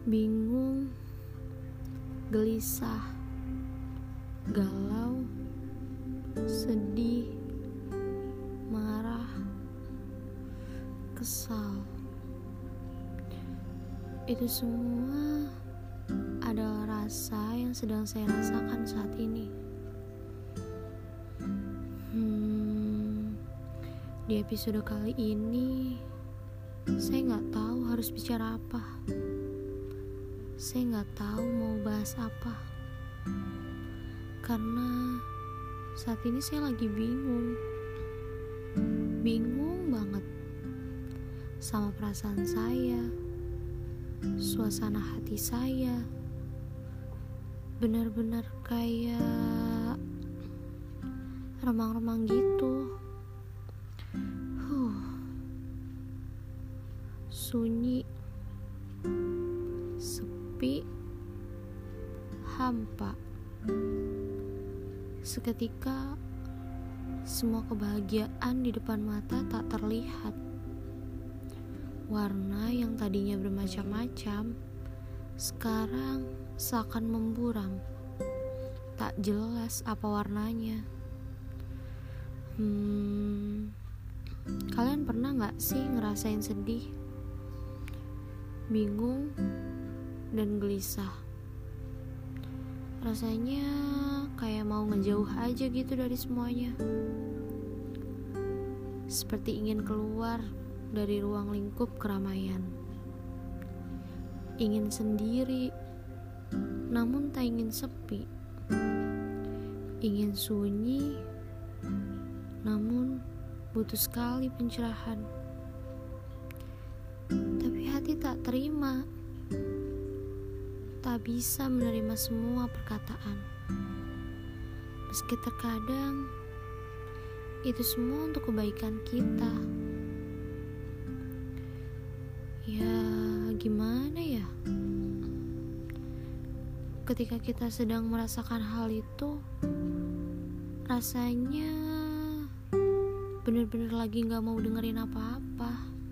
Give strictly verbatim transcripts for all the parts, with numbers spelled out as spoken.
bingung, gelisah, galau, sedih, marah, kesal. Itu semua adalah rasa yang sedang saya rasakan saat ini. Hmm, di episode kali ini, saya nggak tahu harus bicara apa. Saya nggak tahu mau bahas apa. Karena saat ini saya lagi bingung. Bingung banget sama perasaan saya, suasana hati saya. Benar-benar kayak remang-remang gitu. Huh. Sunyi, sepi, hampa. Seketika semua kebahagiaan di depan mata tak terlihat. Warna yang tadinya bermacam-macam sekarang seakan memburam. Tak jelas apa warnanya. Hmm, kalian pernah gak sih ngerasain sedih, bingung, dan gelisah? Rasanya kayak mau ngejauh aja gitu dari semuanya. Seperti ingin keluar dari ruang lingkup keramaian. Ingin sendiri, namun tak ingin sepi. Ingin sunyi, namun butuh sekali pencerahan. Tapi hati tak terima, tak bisa menerima semua perkataan. Meski terkadang itu semua untuk kebaikan kita. Ya, gimana ya? Ketika kita sedang merasakan hal itu, rasanya bener-bener lagi gak mau dengerin apa-apa.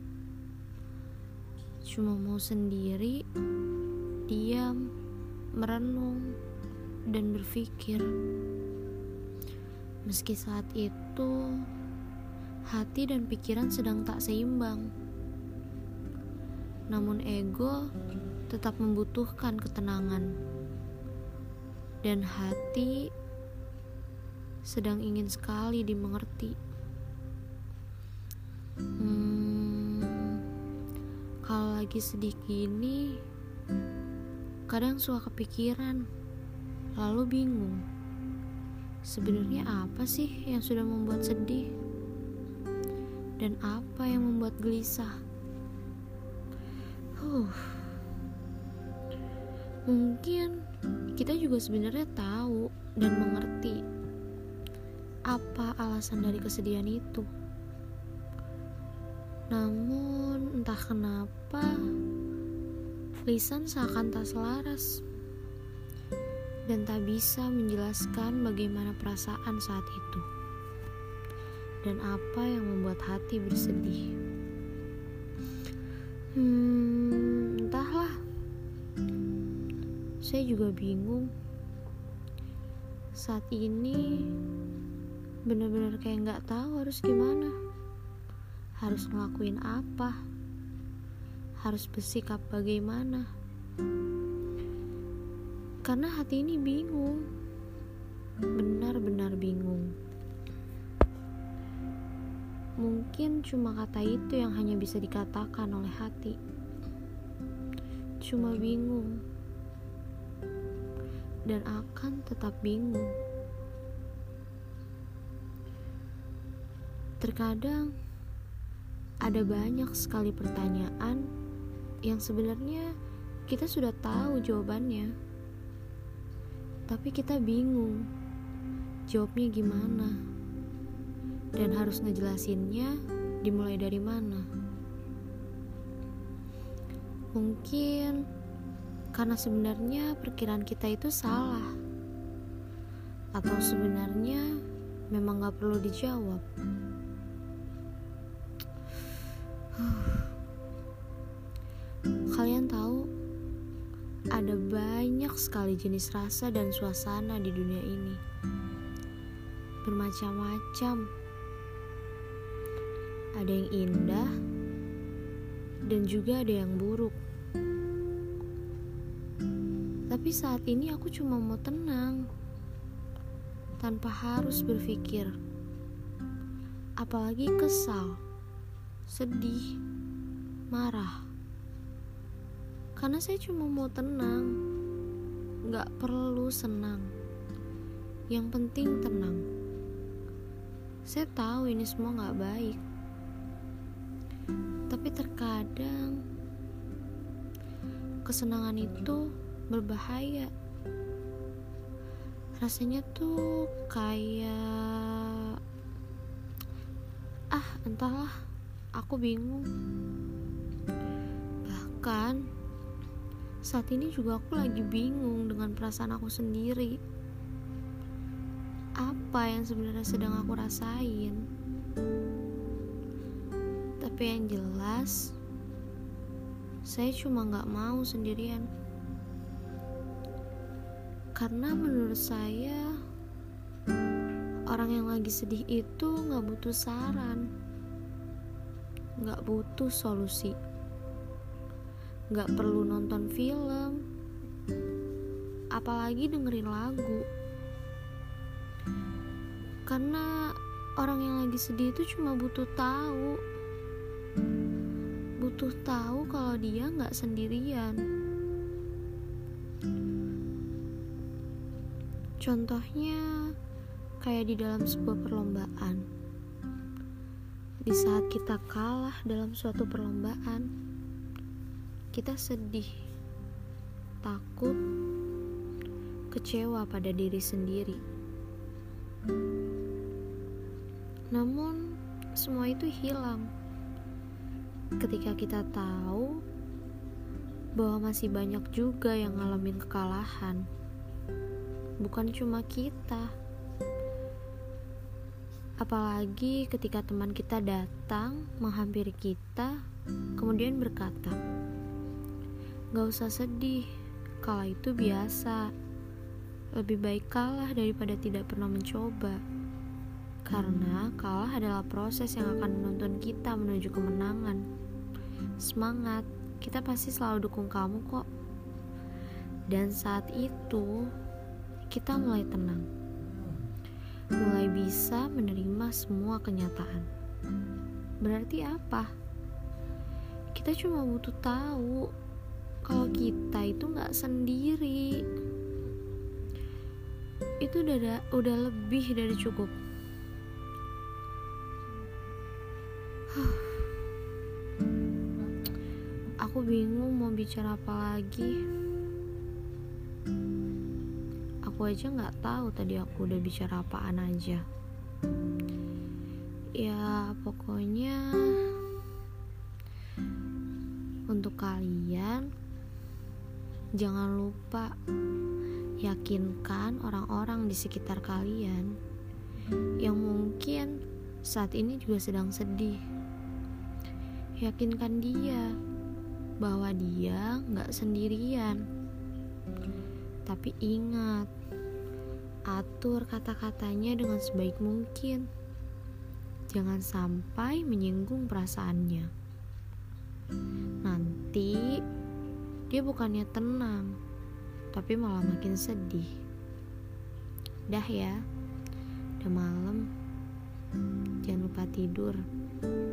Cuma mau sendiri, diam, merenung, dan berpikir. Meski saat itu hati dan pikiran sedang tak seimbang, namun ego tetap membutuhkan ketenangan, dan hati sedang ingin sekali dimengerti. Hmm, kalau lagi sedih gini, kadang suka kepikiran, lalu bingung. Sebenarnya apa sih yang sudah membuat sedih? Dan apa yang membuat gelisah? Huh. Mungkin kita juga sebenarnya tahu dan mengerti apa alasan dari kesedihan itu. Namun entah kenapa lisan seakan tak selaras dan tak bisa menjelaskan bagaimana perasaan saat itu dan apa yang membuat hati bersedih. Hmm, entahlah. Saya juga bingung. Saat ini benar-benar kayak gak tahu harus gimana. Harus ngelakuin apa? Harus bersikap bagaimana? Karena hati ini bingung. Benar-benar bingung. Mungkin cuma kata itu yang hanya bisa dikatakan oleh hati. Cuma bingung. Dan akan tetap bingung. Terkadang ada banyak sekali pertanyaan yang sebenarnya kita sudah tahu jawabannya, tapi kita bingung jawabnya gimana dan harus ngejelasinnya dimulai dari mana. Mungkin karena sebenarnya perkiraan kita itu salah, atau sebenarnya memang gak perlu dijawab. Kalian tahu, ada banyak sekali jenis rasa dan suasana di dunia ini. Bermacam-macam. Ada yang indah dan juga ada yang buruk. Tapi saat ini aku cuma mau tenang, tanpa harus berpikir, apalagi kesal, sedih, marah. Karena saya cuma mau tenang, gak perlu senang. Yang penting tenang. Saya tahu ini semua gak baik, tapi terkadang kesenangan itu berbahaya. Rasanya tuh kayak ah entahlah, aku bingung. Bahkan saat ini juga aku lagi bingung dengan perasaan aku sendiri. Apa yang sebenarnya sedang aku rasain? Tapi yang jelas, saya cuma gak mau sendirian. Karena menurut saya, orang yang lagi sedih itu gak butuh saran, gak butuh solusi, gak perlu nonton film, apalagi dengerin lagu. Karena orang yang lagi sedih itu cuma butuh tahu Butuh tahu kalau dia gak sendirian. Contohnya kayak di dalam sebuah perlombaan. Di saat kita kalah dalam suatu perlombaan, kita sedih, takut, kecewa pada diri sendiri. Namun semua itu hilang ketika kita tahu bahwa masih banyak juga yang ngalamin kekalahan. Bukan cuma kita. Apalagi ketika teman kita datang menghampiri kita, kemudian berkata, "Gak usah sedih, kalah itu biasa. Lebih baik kalah daripada tidak pernah mencoba. Karena kalah adalah proses yang akan menuntun kita menuju kemenangan. Semangat, kita pasti selalu dukung kamu kok." Dan saat itu, kita mulai tenang. Mulai bisa menerima semua kenyataan. Berarti apa? Kita cuma butuh tahu kalau kita itu gak sendiri. Itu udah, udah lebih dari cukup. Aku bingung mau bicara apa lagi. Aku aja gak tahu tadi aku udah bicara apaan aja. Ya pokoknya untuk kalian, jangan lupa yakinkan orang-orang di sekitar kalian yang mungkin saat ini juga sedang sedih. Yakinkan dia bahwa dia gak sendirian. Tapi ingat, atur kata-katanya dengan sebaik mungkin. Jangan sampai menyinggung perasaannya. Nanti dia bukannya tenang, tapi malah makin sedih. Dah ya, udah malam. Jangan lupa tidur.